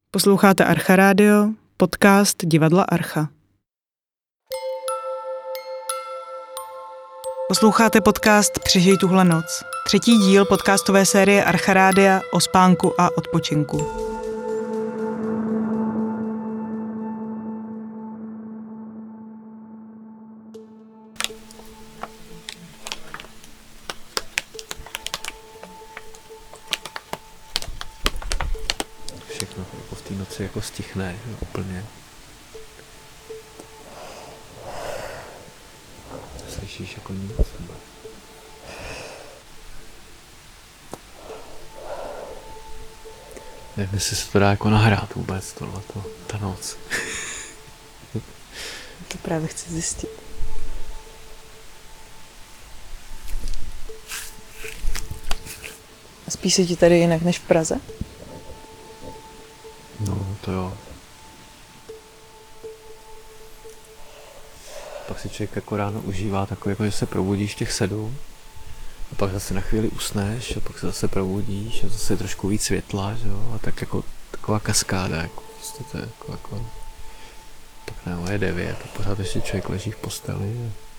Posloucháte Archa Radio, podcast Divadla Archa. Posloucháte podcast Přežij tuhle noc. 3. díl podcastové série Archa Rádia o spánku a odpočinku. Všechno jako v té noci jako stichne úplně. Slyšíš jako nic. Nevím, jestli se to dá jako nahrát vůbec tohleto, ta noc. To právě chci zjistit. A spí se ti tady jinak než v Praze? No, to jo. Pak si člověk jako ráno užívá takový, jako že se probudíš těch 7 a pak zase na chvíli usneš a pak se zase probudíš a zase trošku víc světla, že jo, a tak jako taková kaskáda, jako prostě to je jako pak je 9 a pořád ještě člověk leží v posteli.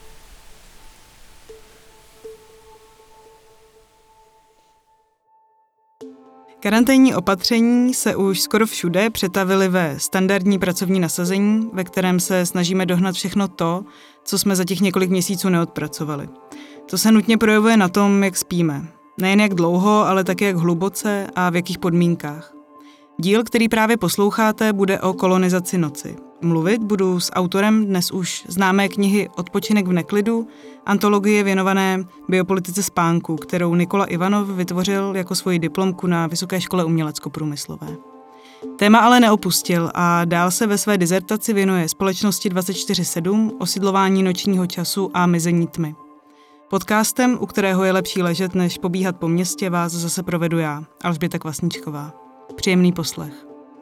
Karanténní opatření se už skoro všude přetavily ve standardní pracovní nasazení, ve kterém se snažíme dohnat všechno to, co jsme za těch několik měsíců neodpracovali. To se nutně projevuje na tom, jak spíme. Nejen jak dlouho, ale také jak hluboce a v jakých podmínkách. Díl, který právě posloucháte, bude o kolonizaci noci. Mluvit budu s autorem dnes už známé knihy Odpočinek v neklidu, antologie věnované biopolitice spánku, kterou Nikola Ivanov vytvořil jako svoji diplomku na Vysoké škole umělecko-průmyslové. Téma ale neopustil a dál se ve své dizertaci věnuje společnosti 24/7, osidlování nočního času a mizení tmy. Podcastem, u kterého je lepší ležet, než pobíhat po městě, vás zase provedu já, Alžběta Kvasničková. Příjemný poslech.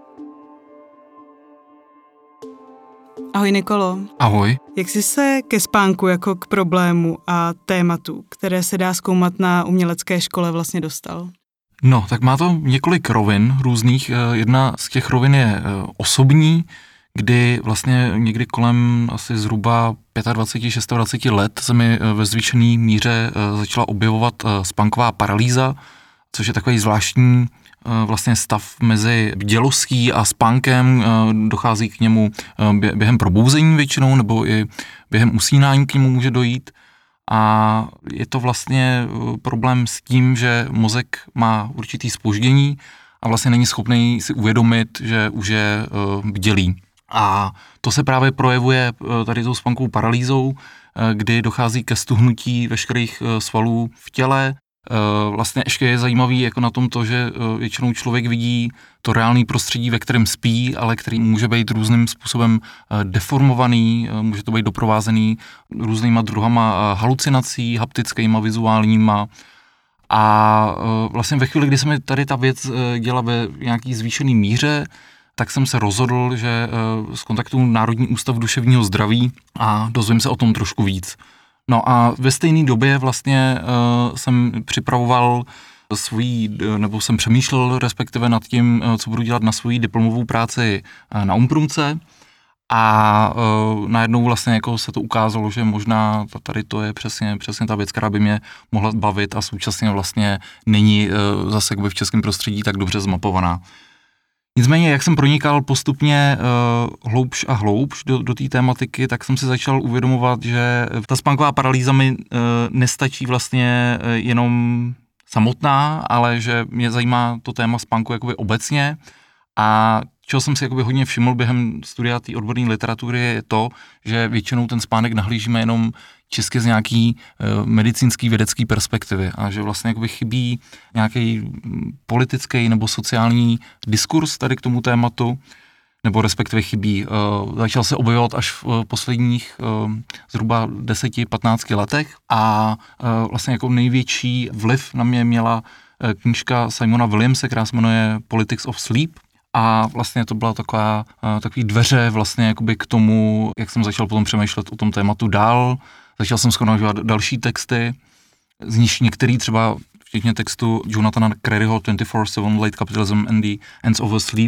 Ahoj Nikolo. Ahoj. Jak jsi se ke spánku jako k problému a tématu, které se dá zkoumat na umělecké škole, vlastně dostal? No, tak má to několik rovin různých. Jedna z těch rovin je osobní, kdy vlastně někdy kolem asi zhruba 25-26 let se mi ve zvýšené míře začala objevovat spánková paralýza, což je takový zvláštní vlastně stav mezi bdělostí a spánkem. Dochází k němu během probouzení většinou, nebo i během usínání k němu může dojít. A je to vlastně problém s tím, že mozek má určitý zpoždění a vlastně není schopný si uvědomit, že už je bdělý. A to se právě projevuje tady tou spánkovou paralýzou, kdy dochází ke stuhnutí veškerých svalů v těle. Vlastně ještě je zajímavý jako na tom to, že většinou člověk vidí to reálné prostředí, ve kterém spí, ale který může být různým způsobem deformovaný, může to být doprovázený různýma druhama halucinací, haptickýma, vizuálníma. A vlastně ve chvíli, kdy se mi tady ta věc děla ve nějaký zvýšený míře, tak jsem se rozhodl, že zkontaktuju Národní ústav duševního zdraví a dozvím se o tom trošku víc. No a ve stejné době vlastně jsem připravoval nebo jsem přemýšlel respektive nad tím, co budu dělat na svoji diplomovou práci na Umprumce a najednou vlastně jako se to ukázalo, že možná tady to je přesně ta věc, která by mě mohla bavit a současně vlastně není zase jakoby v českém prostředí tak dobře zmapovaná. Nicméně, jak jsem pronikal postupně hloubš a hloubš do té tématiky, tak jsem si začal uvědomovat, že ta spánková paralýza mi nestačí vlastně jenom samotná, ale že mě zajímá to téma spánku jakoby obecně. A čeho jsem si jakoby hodně všiml během studia té odborné literatury je to, že většinou ten spánek nahlížíme jenom čistě z nějaký medicínský vědecký perspektivy a že vlastně jakoby chybí nějaký politický nebo sociální diskurs tady k tomu tématu, nebo respektive chybí. Začal se objevovat až v posledních zhruba 10-15 letech a vlastně jako největší vliv na mě měla knížka Simona Williamse, která se jmenuje Politics of Sleep. A vlastně to byla takový dveře vlastně jakoby k tomu, jak jsem začal potom přemýšlet o tom tématu dál. Začal jsem shromažďovat další texty, z nich některý třeba včetně textu Jonathana Creryho 24/7 Late Capitalism and the Ends of Sleep,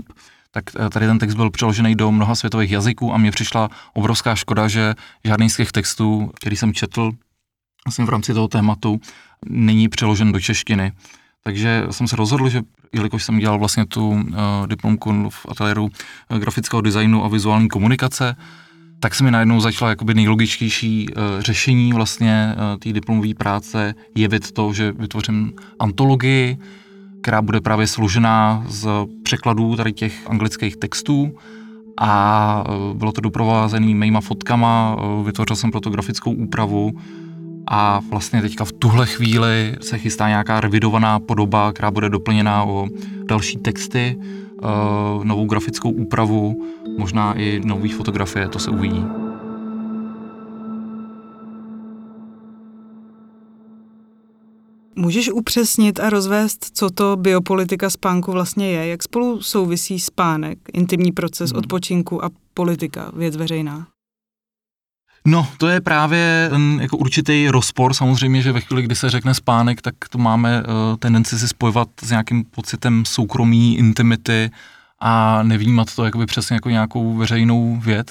tak tady ten text byl přeložený do mnoha světových jazyků a mně přišla obrovská škoda, že žádný z těch textů, který jsem četl vlastně v rámci toho tématu, není přeložen do češtiny. Takže jsem se rozhodl, že jelikož jsem dělal vlastně tu diplomku v ateliéru grafického designu a vizuální komunikace, tak se mi najednou začala jakoby nejlogičtější řešení vlastně té diplomové práce jevit to, že vytvořím antologii, která bude právě složená z překladů tady těch anglických textů a bylo to doprovázené mýma fotkama, vytvořil jsem pro to grafickou úpravu a vlastně teďka v tuhle chvíli se chystá nějaká revidovaná podoba, která bude doplněná o další texty, novou grafickou úpravu, možná i nové fotografie, to se uvidí. Můžeš upřesnit a rozvést, co to biopolitika spánku vlastně je? Jak spolu souvisí spánek, intimní proces odpočinku a politika, věc veřejná? No, to je právě jako určitý rozpor. Samozřejmě, že ve chvíli, kdy se řekne spánek, tak to máme tendenci si spojovat s nějakým pocitem soukromí, intimity a nevnímat to jakoby přesně jako nějakou veřejnou věc.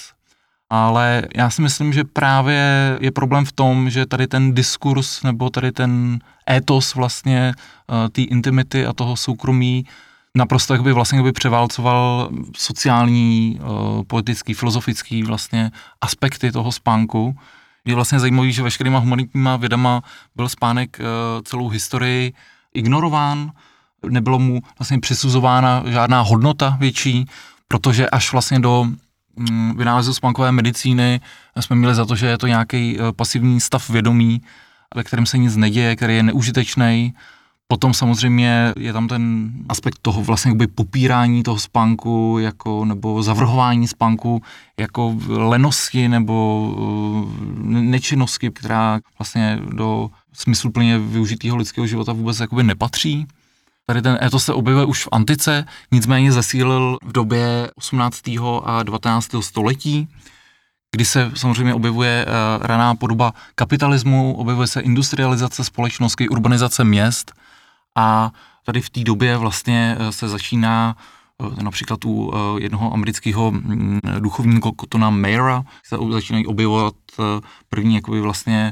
Ale já si myslím, že právě je problém v tom, že tady ten diskurs nebo tady ten étos vlastně té intimity a toho soukromí naprosto jakoby vlastně jakoby převálcoval sociální, politický, filozofický vlastně aspekty toho spánku. Je vlastně zajímavý, že veškerýma humanitníma vědama byl spánek celou historii ignorován, nebylo mu vlastně přisuzována žádná hodnota větší, protože až vlastně do vynálezu spánkové medicíny jsme měli za to, že je to nějaký pasivní stav vědomí, ve kterém se nic neděje, který je neužitečný. Potom samozřejmě je tam ten aspekt toho vlastně jakoby popírání toho spánku jako, nebo zavrhování spánku jako lenosti nebo nečinnosti, která vlastně do smysluplně využitého lidského života vůbec jakoby nepatří. Tady ten étos se objevuje už v antice, nicméně zesílil v době 18. a 19. století, kdy se samozřejmě objevuje raná podoba kapitalismu, objevuje se industrializace společnosti, urbanizace měst a tady v té době vlastně se začíná například u jednoho amerického duchovníka Cottona Mayera se začínají objevovat první jakoby vlastně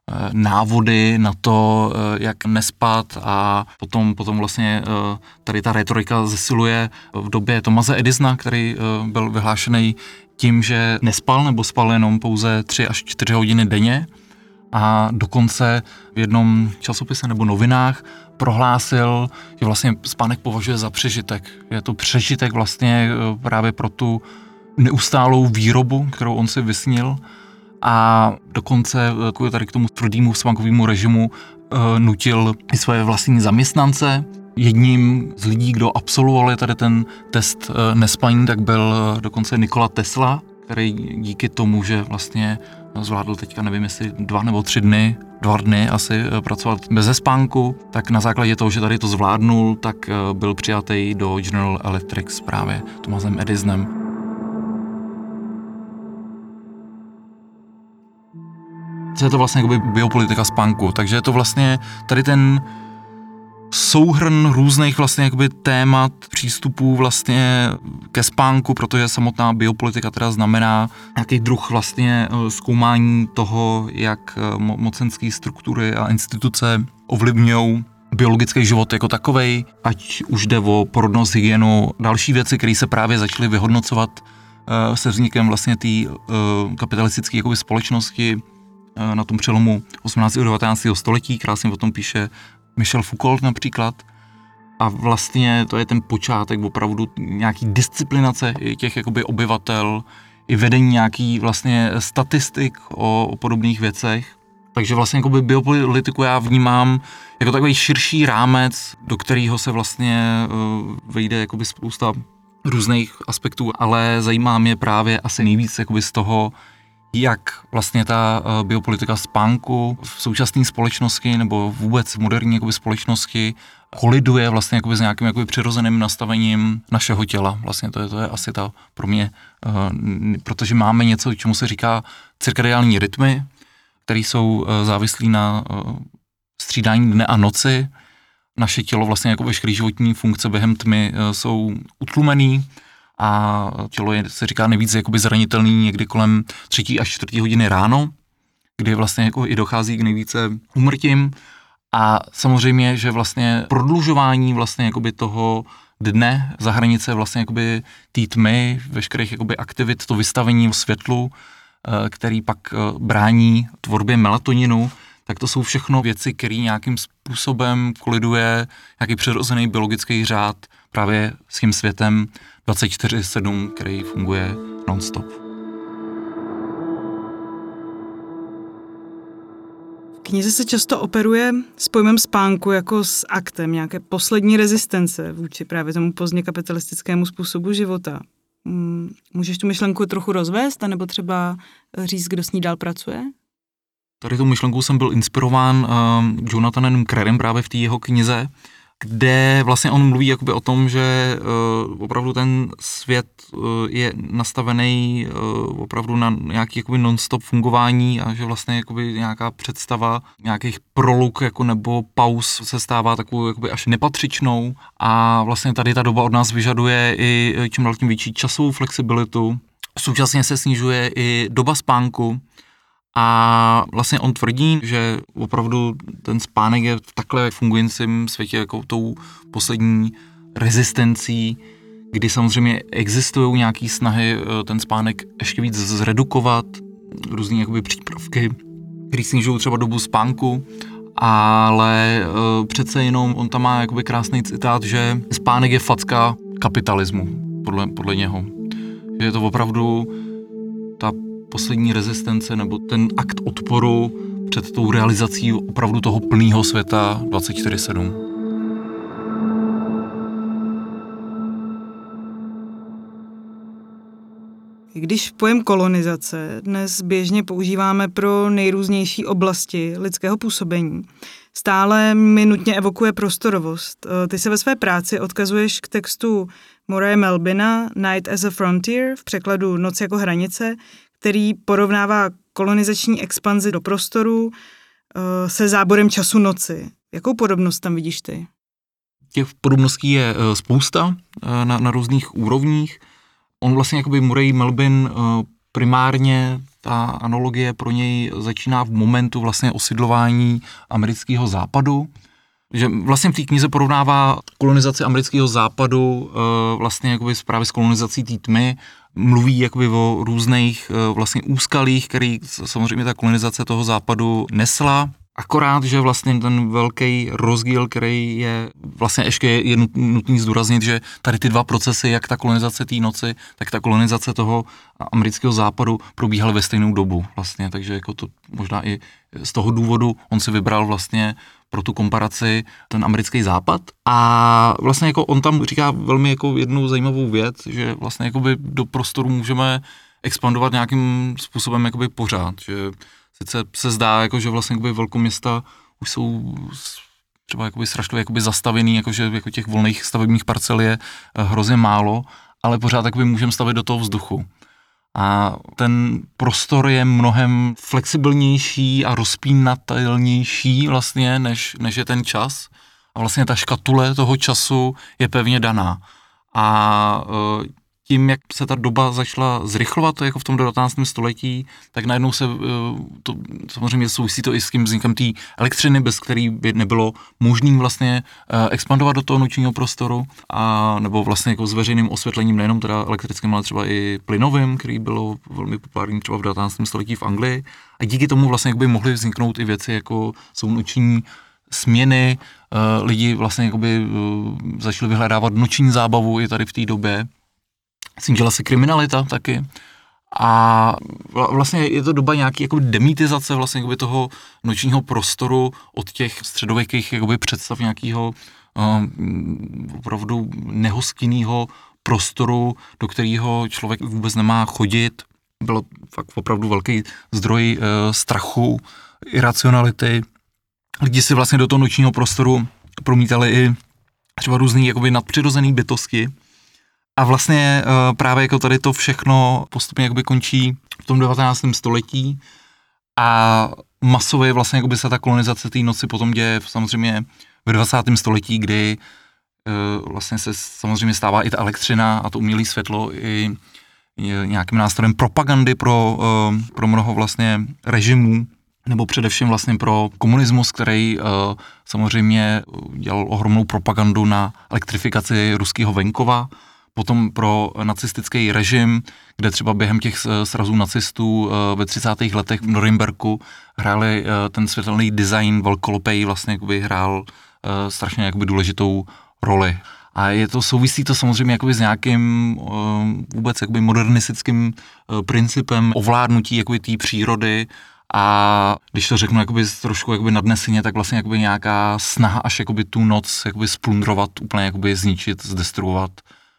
návody na to, jak nespat a potom vlastně tady ta retorika zesiluje v době Thomase Edisona, který byl vyhlášený tím, že nespal nebo spal jenom pouze 3 až 4 hodiny denně a dokonce v jednom časopise nebo novinách prohlásil, že vlastně spánek považuje za přežitek. Je to přežitek vlastně právě pro tu neustálou výrobu, kterou on si vysnil a dokonce tady k tomu tvrdému spánkovému režimu nutil i své vlastní zaměstnance. Jedním z lidí, kdo absolvovali tady ten test nespaní, tak byl dokonce Nikola Tesla, který díky tomu, že vlastně zvládl teďka nevím jestli 2 nebo 3 dny, 2 dny asi pracovat bez spánku, tak na základě toho, že tady to zvládnul, tak byl přijatý do General Electric právě Thomasem Edisonem. Co je to vlastně jakoby biopolitika spánku, takže je to vlastně tady ten souhrn různých vlastně jakoby témat, přístupů vlastně ke spánku, protože samotná biopolitika teda znamená nějaký druh vlastně zkoumání toho, jak mocenské struktury a instituce ovlivňují biologický život jako takovej, ať už jde o porodnost, hygienu, další věci, které se právě začaly vyhodnocovat se vznikem vlastně té kapitalistické jakoby společnosti na tom přelomu 18. a 19. století, krásně o tom píše Michel Foucault například. A vlastně to je ten počátek opravdu nějaký disciplinace těch jakoby obyvatel, i vedení nějaký vlastně statistik o podobných věcech. Takže vlastně jakoby biopolitiku já vnímám jako takový širší rámec, do kterého se vlastně vejde jakoby spousta různých aspektů, ale zajímá mě právě asi nejvíc jakoby z toho, jak vlastně ta biopolitika spánku v současné společnosti nebo vůbec v moderní jakoby společnosti koliduje vlastně jakoby s nějakým jakoby přirozeným nastavením našeho těla. Vlastně to je asi ta pro mě, protože máme něco, čemu se říká cirkadiální rytmy, které jsou závislí na střídání dne a noci. Naše tělo vlastně jako veškeré životní funkce během tmy jsou utlumený a tělo je, se říká, nejvíc jakoby zranitelný někdy kolem 3. až 4. hodiny ráno, kdy vlastně jako i dochází k nejvíce úmrtím. A samozřejmě, že vlastně prodlužování vlastně jakoby toho dne za hranice vlastně jakoby té tmy, veškerých jakoby aktivit, to vystavení světlu, který pak brání tvorbě melatoninu, tak to jsou všechno věci, které nějakým způsobem koliduje nějaký přirozený biologický řád právě s tím světem 24/7, který funguje non-stop. V knize se často operuje s pojmem spánku jako s aktem nějaké poslední rezistence vůči právě tomu pozdně kapitalistickému způsobu života. Můžeš tu myšlenku trochu rozvést, anebo třeba říct, kdo s ní dál pracuje? Tady tou myšlenkou jsem byl inspirován Jonathanem Crerem právě v té jeho knize, kde vlastně on mluví jakoby o tom, že opravdu ten svět je nastavený opravdu na nějaký jakoby non-stop fungování a že vlastně jakoby nějaká představa nějakých proluk jako nebo pauz se stává takovou jakoby až nepatřičnou a vlastně tady ta doba od nás vyžaduje i čím dál tím větší časovou flexibilitu. Současně se snižuje i doba spánku. A vlastně on tvrdí, že opravdu ten spánek je v takhle fungujícím světě jako tou poslední rezistencí, kdy samozřejmě existují nějaké snahy ten spánek ještě víc zredukovat, různé jakoby přípravky, které snižují třeba dobu spánku, ale přece jenom on tam má jakoby krásný citát, že spánek je facka kapitalismu, podle něho. Že je to opravdu ta poslední rezistence nebo ten akt odporu před tou realizací opravdu toho plného světa 24/7. I když pojem kolonizace dnes běžně používáme pro nejrůznější oblasti lidského působení, stále mi nutně evokuje prostorovost. Ty se ve své práci odkazuješ k textu Murraye Melbina Night as a Frontier, v překladu Noc jako hranice, který porovnává kolonizační expanzi do prostoru se záborem času noci. Jakou podobnost tam vidíš ty? Těch podobností je spousta na různých úrovních. On vlastně jakoby Murray Melbin primárně, ta analogie pro něj začíná v momentu vlastně osidlování amerického západu, že vlastně v té knize porovnává kolonizaci amerického západu vlastně jakoby právě s kolonizací té tmy, mluví jakoby o různých vlastně úskalích, který samozřejmě ta kolonizace toho západu nesla. Akorát, že vlastně ten velký rozdíl, který je vlastně ještě je nutný zdůraznit, že tady ty dva procesy, jak ta kolonizace té noci, tak ta kolonizace toho amerického západu probíhaly ve stejnou dobu vlastně, takže jako to možná i z toho důvodu on si vybral vlastně pro tu komparaci ten americký západ a vlastně jako on tam říká velmi jako jednu zajímavou věc, že vlastně jakoby do prostoru můžeme expandovat nějakým způsobem jakoby pořád, že sice se zdá, jako, že vlastně jakoby velkoměsta už jsou třeba jakoby strašně jakoby zastavený, jakože jako těch volných stavebních parcel je hrozně málo, ale pořád jakoby můžeme stavit do toho vzduchu. A ten prostor je mnohem flexibilnější a rozpínatelnější vlastně, než je ten čas. A vlastně ta škatule toho času je pevně daná. A tím, jak se ta doba začala zrychlovat, jako v tom 19. století, tak najednou se to samozřejmě souvisí to i s tím vznikem té elektřiny, bez který by nebylo možné vlastně expandovat do toho nočního prostoru, a nebo vlastně jako s veřejným osvětlením, nejenom teda elektrickým, ale třeba i plynovým, který bylo velmi populární třeba v 19. století v Anglii. A díky tomu vlastně by mohly vzniknout i věci, jako jsou noční směny, lidi vlastně jakoby začali vyhledávat noční zábavu i tady v té době. Snížila se kriminalita taky a vlastně je to doba nějaký jako demitizace vlastně jakoby toho nočního prostoru od těch středověkých jakoby představ nějakého opravdu nehostinného prostoru, do kterého člověk vůbec nemá chodit. Bylo fakt opravdu velký zdroj strachu, iracionality. Lidi si vlastně do toho nočního prostoru promítali i třeba různý jakoby nadpřirozený bytosti. A vlastně právě jako tady to všechno postupně jakoby končí v tom 19. století a masově vlastně jakoby se ta kolonizace té noci potom děje samozřejmě ve 20. století, kdy vlastně se samozřejmě stává i ta elektřina a to umělé světlo i nějakým nástrojem propagandy pro mnoho vlastně režimů, nebo především vlastně pro komunismus, který samozřejmě dělal ohromnou propagandu na elektrifikaci ruského venkova, potom pro nacistický režim, kde třeba během těch srazů nacistů ve 30. letech v Norimberku hráli ten světelný design velkolopej vlastně jakoby hrál strašně jakoby důležitou roli. A souvisí to samozřejmě jakoby s nějakým vůbec jakoby modernistickým principem ovládnutí jakoby té přírody. A když to řeknu jakoby trošku jakoby nadneseně, tak vlastně jakoby nějaká snaha až jakoby tu noc jakoby splundrovat, úplně jakoby zničit, zdestruovat.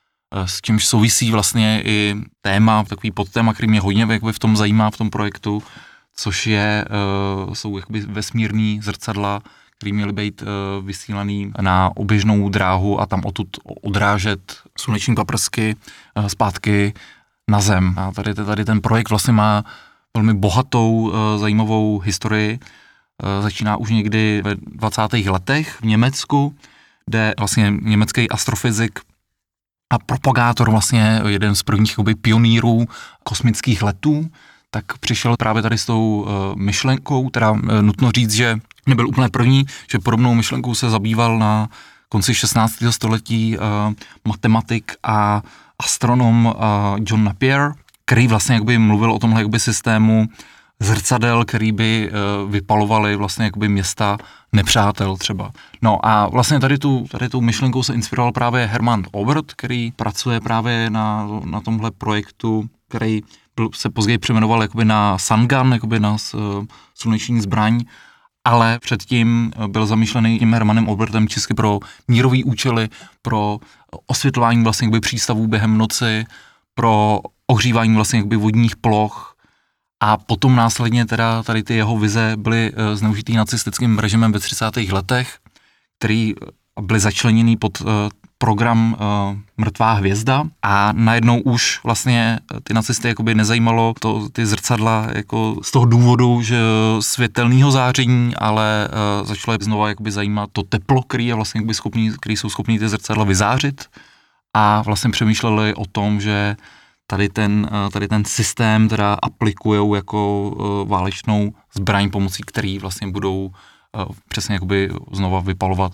S čímž souvisí vlastně i téma, takový podtéma, který mě hodně jakoby v tom zajímá v tom projektu, což jsou jakoby vesmírný zrcadla, který měly být vysílaný na oběžnou dráhu a tam odtud odrážet sluneční paprsky zpátky na Zem. A tady ten projekt vlastně má velmi bohatou, zajímavou historii. Začíná už někdy ve 20. letech v Německu, kde vlastně německý astrofyzik a propagátor, vlastně jeden z prvních pionýrů kosmických letů, tak přišel právě tady s tou myšlenkou, teda nutno říct, že nebyl úplně první, že podobnou myšlenkou se zabýval na konci 16. století matematik a astronom John Napier, který vlastně jakoby mluvil o tomhle jakoby systému zrcadel, který by vypalovaly vlastně jakoby města nepřátel třeba. No a vlastně tady tou myšlenkou se inspiroval právě Hermann Oberth, který pracuje právě na tomhle projektu, který se později přejmenoval jakoby na Sungun, jakoby na sluneční zbraň, ale předtím byl zamýšlený tím Hermannem Oberthem čistě pro mírový účely, pro osvětlování vlastně jakoby přístavů během noci, pro ohřívání vlastně jakoby vodních ploch a potom následně teda tady ty jeho vize byly zneužitý nacistickým režimem ve 30. letech, který byly začleněný pod program Mrtvá hvězda a najednou už vlastně ty nacisty jakoby nezajímalo ty zrcadla jako z toho důvodu, že světelného záření, ale začalo je znova jakoby zajímat to teplo, který jsou schopní ty zrcadla vyzářit a vlastně přemýšleli o tom, že tady ten systém teda aplikujou jako válečnou zbraň, pomocí který vlastně budou přesně jakoby znova vypalovat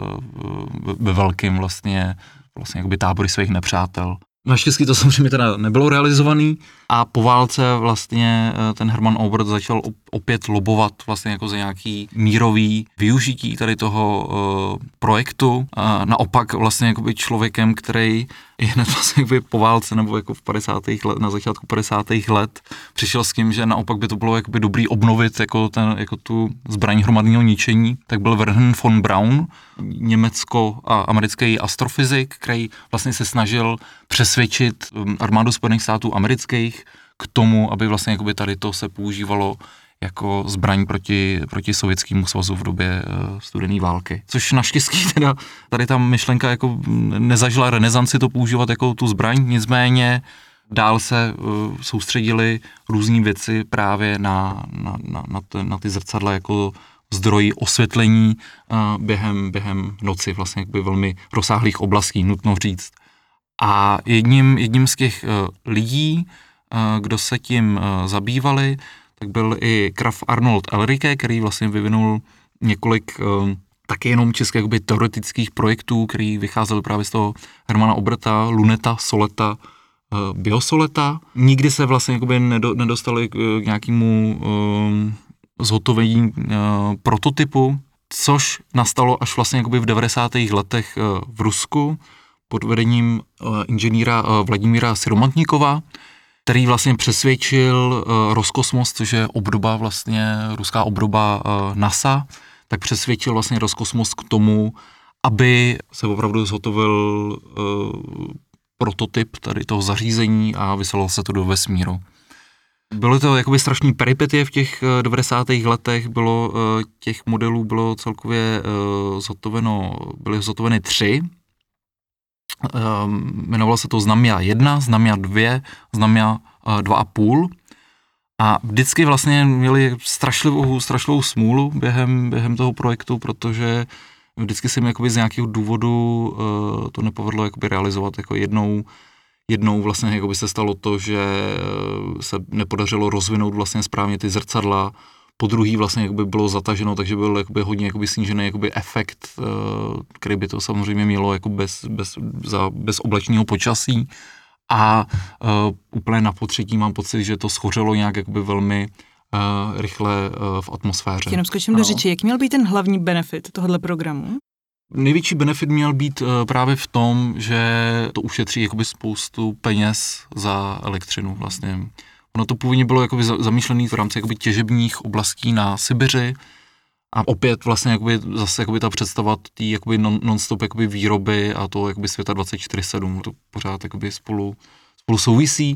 ve velkým vlastně jakoby tábory svých nepřátel. Naštěstí to samozřejmě teda nebylo realizovaný a po válce vlastně ten Hermann Oberth začal opět lobovat vlastně jako za nějaký mírový využití tady toho projektu. A naopak vlastně jakoby člověkem, který je hned vlastně jakoby po válce nebo jako v 50. let, na začátku 50. let přišel s tím, že naopak by to bylo jakoby dobrý obnovit jako tu zbraň hromadného ničení, tak byl Wernher von Braun, německo-americký astrofyzik, který vlastně se snažil přesvědčit armádu Spojených států amerických k tomu, aby vlastně jakoby tady to se používalo jako zbraň proti Sovětskému svazu v době studené války. Což naštěstí teda tady ta myšlenka jako nezažila renesanci to používat jako tu zbraň, nicméně dál se soustředili různý věci právě na ty zrcadla jako zdroj osvětlení během noci, vlastně jakby velmi rozsáhlých oblastí, nutno říct. A jedním z těch lidí, kdo se tím zabývali, tak byl i Graf Arnold Elrike, který vlastně vyvinul několik taky jenom českých jakoby teoretických projektů, který vycházel právě z toho Hermana Obertha, Luneta, Soleta, Biosoleta. Nikdy se vlastně jakoby nedostali k nějakému zhotovení prototypu, což nastalo až vlastně jakoby v 90. letech v Rusku pod vedením inženýra Vladimíra Siromantnikova, který vlastně přesvědčil Roskosmos, což je ruská obdoba NASA, tak přesvědčil vlastně Roskosmos k tomu, aby se opravdu zhotovil prototyp tady toho zařízení a vyslalo se to do vesmíru. Bylo to jakoby strašný peripetie v těch 90. letech, těch modelů bylo celkově byly zhotoveny 3. Jmenovalo se to Znamia 1, Znamia 2, Znamia 2,5 a vždycky vlastně měli strašlivou smůlu během toho projektu, protože vždycky se mi jakoby z nějakého důvodu to nepovedlo jakoby realizovat. Jako jednou vlastně jakoby se stalo to, že se nepodařilo rozvinout vlastně správně ty zrcadla, po druhý vlastně jakoby bylo zataženo, takže byl jakoby hodně jakoby snížený jakoby efekt, který by to samozřejmě mělo jako bez oblečního počasí. A úplně na potřetí mám pocit, že to schořelo nějak jakoby velmi rychle v atmosféře. Jenom skočím do řeči, jak měl být ten hlavní benefit tohohle programu? Největší benefit měl být právě v tom, že to ušetří jakoby spoustu peněz za elektřinu vlastně. Ono to původně bylo jakoby zamýšlené v rámci jakoby těžebních oblastí na Sibiři a opět vlastně jakoby zase jakoby ta představa té jakoby non-stop jakoby výroby a to jakoby světa 24/7, to pořád jakoby spolu souvisí.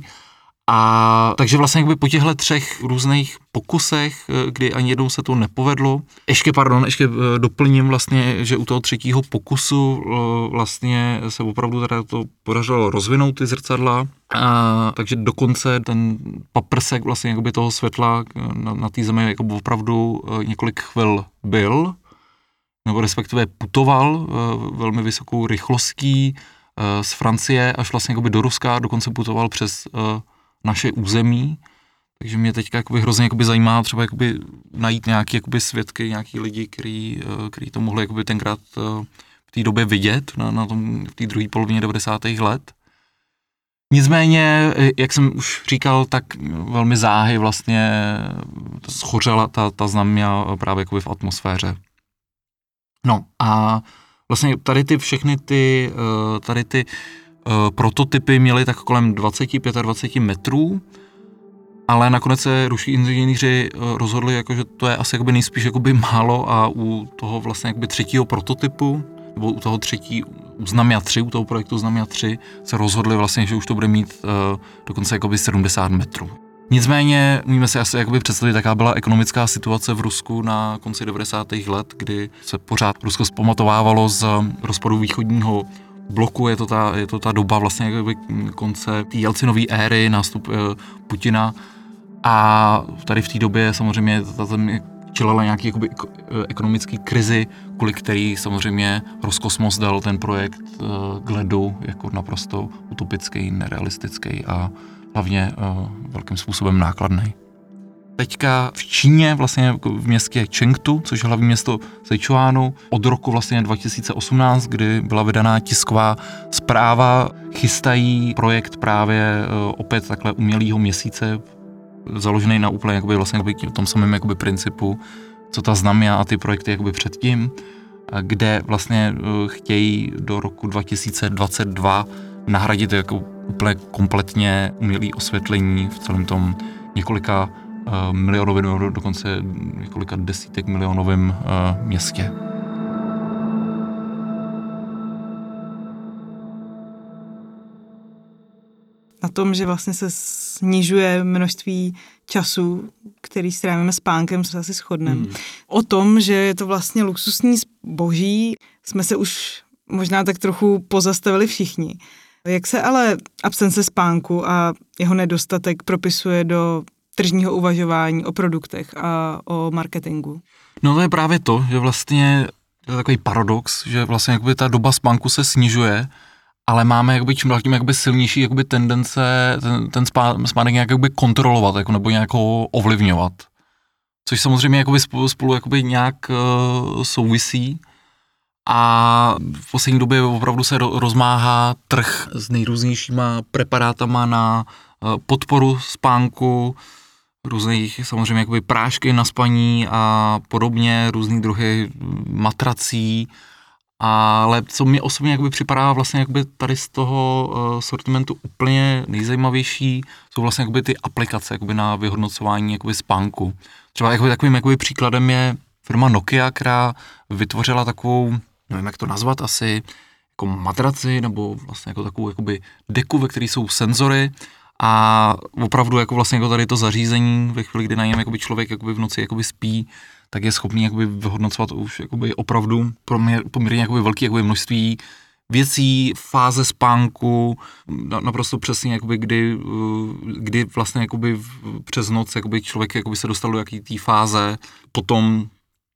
A takže vlastně jakoby po těchto 3 různých pokusech, kdy ani jednou se to nepovedlo, ještě doplním vlastně, že u toho 3. pokusu vlastně se opravdu teda to podařilo rozvinout ty zrcadla, takže dokonce ten paprsek vlastně jakoby toho světla na té zemi jakoby opravdu několik chvil byl, nebo respektive putoval velmi vysokou rychlostí z Francie až vlastně jakoby do Ruska, dokonce putoval přes naše území, takže mě teďka jakoby hrozně jakoby zajímá třeba jakoby najít nějaký jakoby svědky, nějaký lidi, kteří to mohli jakoby tenkrát v té době vidět, v té druhé polovině 90. let. Nicméně, jak jsem už říkal, tak velmi záhy vlastně schořela ta znamia právě jakoby v atmosféře. No a vlastně všechny ty prototypy měly tak kolem 20-25 metrů, ale nakonec se ruští inženýři rozhodli, jako, že to je asi jakoby nejspíš jakoby málo a u toho vlastně jakoby 3. prototypu, nebo u toho u Znamia 3, u toho projektu Znamia 3 se rozhodli vlastně, že už to bude mít dokonce jakoby 70 metrů. Nicméně můžeme si asi jakoby představit, jaká byla ekonomická situace v Rusku na konci 90. let, kdy se pořád Rusko zpamatovávalo z rozpadu východního bloku, je to ta doba vlastně jakoby konce té Jelcinové éry, nástup Putina a tady v té době samozřejmě ta země čelila nějaký jakoby ekonomický krizi, kvůli který samozřejmě Roskosmos dal ten projekt k ledu jako naprosto utopický, nerealistický a hlavně velkým způsobem nákladný. Teďka v Číně, vlastně v městě Chengdu, což je hlavní město Sichuanu, od roku vlastně 2018, kdy byla vydaná tisková zpráva, chystají projekt právě opět takhle umělýho měsíce, založený na úplně jakoby, vlastně jakoby tom samém jakoby principu, co ta Znamia a ty projekty jakoby předtím, kde vlastně chtějí do roku 2022 nahradit jako úplně kompletně umělý osvětlení v celém tom několika milionovým, dokonce několika desítek milionovým městě. Na tom, že vlastně se snižuje množství času, který strávíme spánkem, se asi shodneme. O tom, že je to vlastně luxusní zboží, jsme se už možná tak trochu pozastavili všichni. Jak se ale absence spánku a jeho nedostatek propisuje do tržního uvažování o produktech a o marketingu? No to je právě to, že vlastně to je takový paradox, že vlastně jakoby ta doba spánku se snižuje, ale máme jakoby čím dál tím jakoby silnější jakoby tendence ten spánek nějak jakoby kontrolovat jako, nebo nějak ho ovlivňovat. Což samozřejmě jakoby spolu jakoby nějak souvisí. A v poslední době opravdu se rozmáhá trh s nejrůznějšíma preparátama na podporu spánku, různých samozřejmě jakoby prášky na spaní a podobně, různý druhy matrací, ale co mě osobně jakoby připadá vlastně jakoby tady z toho sortimentu úplně nejzajímavější, jsou vlastně jakoby ty aplikace jakoby na vyhodnocování jakoby spánku. Třeba jakoby takovým jakoby příkladem je firma Nokia, která vytvořila takovou, nevím jak to nazvat, asi jako matraci nebo vlastně jako takovou jakoby deku, ve které jsou senzory a opravdu jako vlastně jako tady to zařízení ve chvíli, kdy na něm jakoby člověk jakoby v noci jakoby spí, tak je schopný jakoby vyhodnocovat už jakoby opravdu poměrně jakoby velké jakoby množství věcí, fáze spánku, naprosto přesně jakoby kdy vlastně jakoby přes noc jakoby člověk jakoby se dostal do jaký té fáze, potom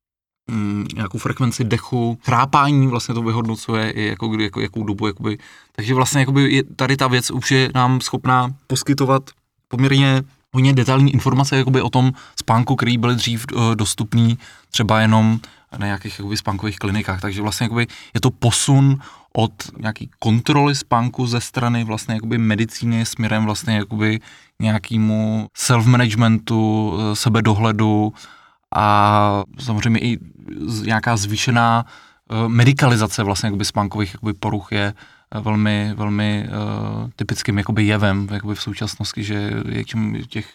nějakou frekvenci dechu, chrápání vlastně to vyhodnocuje i jakou dobu, jakoby. Takže vlastně jakoby tady ta věc už je nám schopná poskytovat poměrně hodně detailní informace jakoby o tom spánku, který byly dřív dostupný třeba jenom na nějakých jakoby spánkových klinikách. Takže vlastně jakoby je to posun od nějaký kontroly spánku ze strany vlastně jakoby medicíny směrem vlastně jakoby nějakému self-managementu, sebedohledu a samozřejmě i nějaká zvýšená medikalizace vlastně jakoby spánkových jakoby poruch je velmi, velmi typickým jakoby jevem jakoby v současnosti, že těch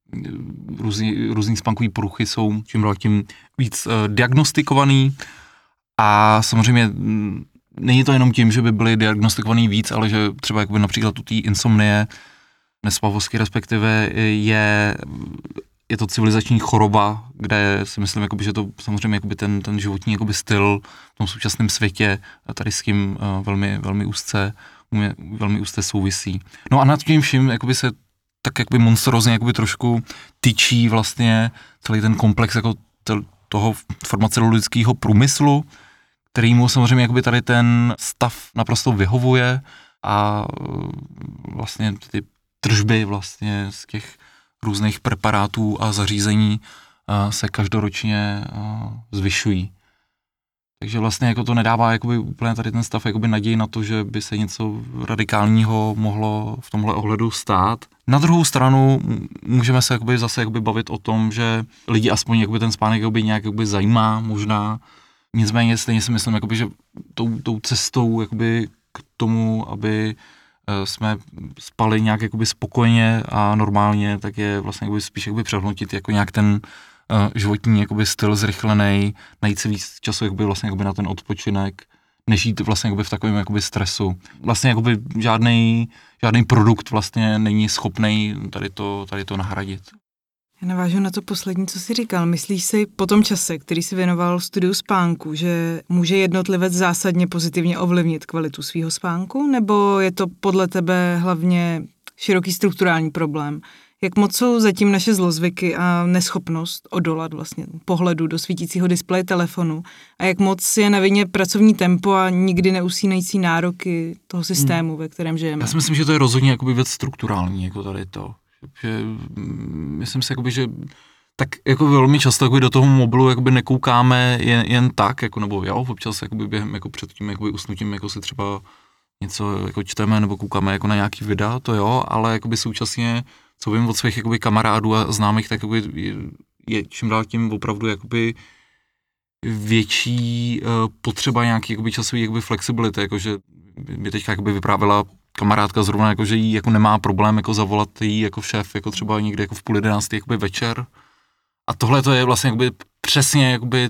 různý spánkový poruchy jsou čím dál tím víc diagnostikovaný a samozřejmě není to jenom tím, že by byly diagnostikovaný víc, ale že třeba jakoby například u té insomnie, nespavosti respektive je to civilizační choroba, kde si myslím, jakoby, že to samozřejmě jakoby ten životní jakoby styl v tom současném světě tady s tím velmi úzce souvisí. No a nad tím vším jakoby se tak jakoby monsterozně jakoby trošku tyčí vlastně celý ten komplex jako toho farmaceutického průmyslu, kterýmu samozřejmě jakoby tady ten stav naprosto vyhovuje a vlastně ty tržby vlastně z těch různých preparátů a zařízení se každoročně zvyšují. Takže vlastně jako to nedává jakoby úplně tady ten stav jakoby naději na to, že by se něco radikálního mohlo v tomhle ohledu stát. Na druhou stranu můžeme se jakoby zase jakoby bavit o tom, že lidi aspoň jakoby ten spánek jakoby nějak jakoby zajímá možná. Nicméně stejně si myslím, jakoby, že tou cestou jakoby k tomu, aby jsme spali nějak jakoby spokojeně a normálně, tak je vlastně jakoby spíš jakoby přehodnotit jako nějak ten životní jakoby styl zrychlený, najít si víc času jakoby vlastně jakoby na ten odpočinek, než jít vlastně jakoby v takovém jakoby stresu. Vlastně jakoby žádný produkt vlastně není schopný tady to nahradit. Já navážu na to poslední, co jsi říkal. Myslíš si po tom čase, který jsi věnoval studiu spánku, že může jednotlivec zásadně pozitivně ovlivnit kvalitu svého spánku, nebo je to podle tebe hlavně široký strukturální problém? Jak moc jsou zatím naše zlozvyky a neschopnost odolat vlastně pohledu do svítícího displeje telefonu a jak moc je na vině pracovní tempo a nikdy neusínající nároky toho systému, ve kterém žijeme? Já si myslím, že to je rozhodně jakoby věc strukturální, jako tady to. Že myslím si, jakoby, že tak jako velmi často jakoby do toho mobilu jakoby nekoukáme jen tak, jako, nebo jo, občas jakoby během jako před tím jakoby usnutím jako si třeba něco jako čteme nebo koukáme jako na nějaký videa, to jo, ale jakoby současně, co vím od svých jakoby kamarádů a známých, tak jakoby je čím dál tím opravdu jakoby větší potřeba nějaký jakoby časový jakoby flexibility, jakože mě teďka jakoby vyprávěla kamarádka zrovna, jako, že jí jako nemá problém jako zavolat jí jako šéf, jako třeba někde jako v 10:30 jakoby večer. A tohle to je vlastně jakoby přesně jakoby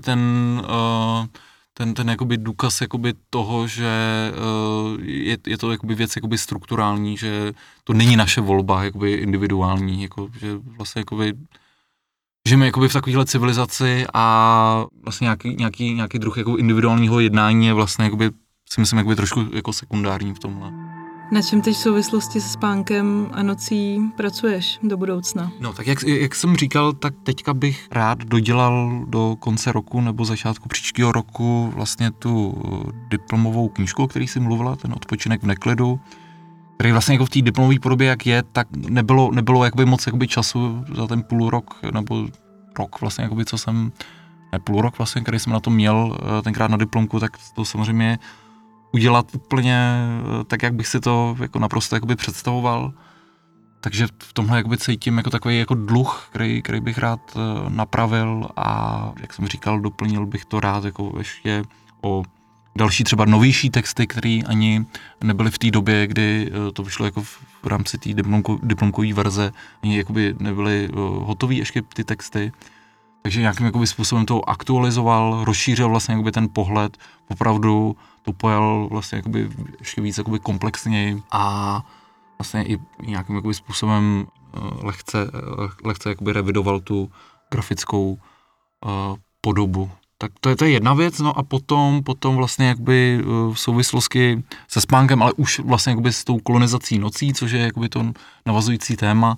ten jakoby důkaz jakoby toho, že je to jakoby věc jakoby strukturální, že to není naše volba jakoby individuální, jako, že vlastně jakoby žijeme jakoby v takovéhle civilizaci a vlastně nějaký druh jako individuálního jednání je vlastně jakoby, si myslím, jakoby trošku jako sekundární v tomhle. Na čem teď v souvislosti se spánkem a nocí pracuješ do budoucna? No tak jak jsem říkal, tak teďka bych rád dodělal do konce roku nebo začátku příštího roku vlastně tu diplomovou knížku, o který jsi mluvila, ten Odpočinek v neklidu, který vlastně jako v té diplomové podobě, jak je, tak nebylo jakoby moc jakoby času za ten půl rok nebo rok vlastně, jakoby, co jsem, ne půl rok vlastně, který jsem na to měl tenkrát na diplomku, tak to samozřejmě udělat úplně tak, jak bych si to jako naprosto jakoby představoval. Takže v tomhle jakoby cítím jako takový jako dluh, který bych rád napravil a jak jsem říkal, doplnil bych to rád jako ještě o další třeba novější texty, které ani nebyly v té době, kdy to vyšlo jako v rámci té diplomkové verze, ani jakoby nebyly hotový ještě ty texty. Takže nějakým jakoby způsobem to aktualizoval, rozšířil vlastně jakoby ten pohled, opravdu to pojal vlastně jakoby ještě víc jakoby komplexněji a vlastně i nějakým jakoby způsobem lehce jakoby revidoval tu grafickou podobu. Tak to je jedna věc, no a potom vlastně jakoby v souvislosti se spánkem, ale už vlastně jakoby s tou kolonizací nocí, což je jakoby to navazující téma,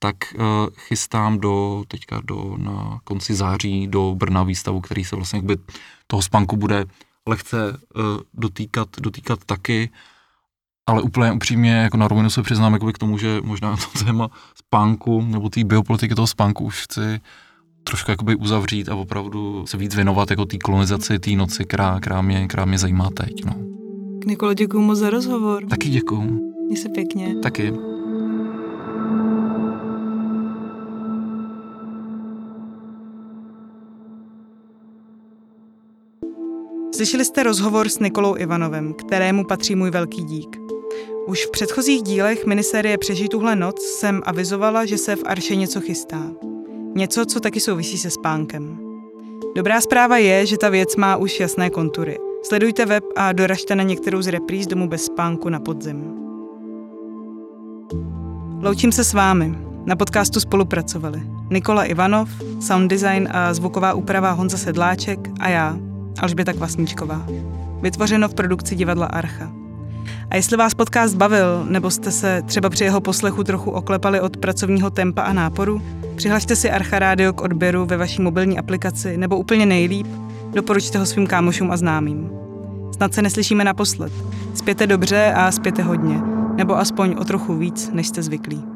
tak chystám teďka na konci září do Brna výstavu, který se vlastně jakby toho spánku bude lehce dotýkat taky, ale úplně upřímně jako na rovinu se přiznám jakoby k tomu, že možná to téma spánku nebo té biopolitiky toho spánku už chci trošku jakoby uzavřít a opravdu se víc věnovat jako té kolonizaci, té noci, která mě zajímá teď. No. Nikolo, děkuju moc za rozhovor. Taky děkuju. Měj se pěkně. Taky. Slyšeli jste rozhovor s Nikolou Ivanovem, kterému patří můj velký dík. Už v předchozích dílech minisérie Přežij tuhle noc jsem avizovala, že se v Arše něco chystá. Něco, co taky souvisí se spánkem. Dobrá zpráva je, že ta věc má už jasné kontury. Sledujte web a doražte na některou z repríz Domu bez spánku na podzim. Loučím se s vámi. Na podcastu spolupracovali Nikola Ivanov, sound design a zvuková úprava Honza Sedláček a já, Alžběta Kvasničková. Vytvořeno v produkci divadla Archa. A jestli vás podcast bavil, nebo jste se třeba při jeho poslechu trochu oklepali od pracovního tempa a náporu, přihlašte si Archa Rádio k odběru ve vaší mobilní aplikaci, nebo úplně nejlíp, doporučte ho svým kámošům a známým. Snad se neslyšíme naposled. Spěte dobře a spěte hodně, nebo aspoň o trochu víc, než jste zvyklí.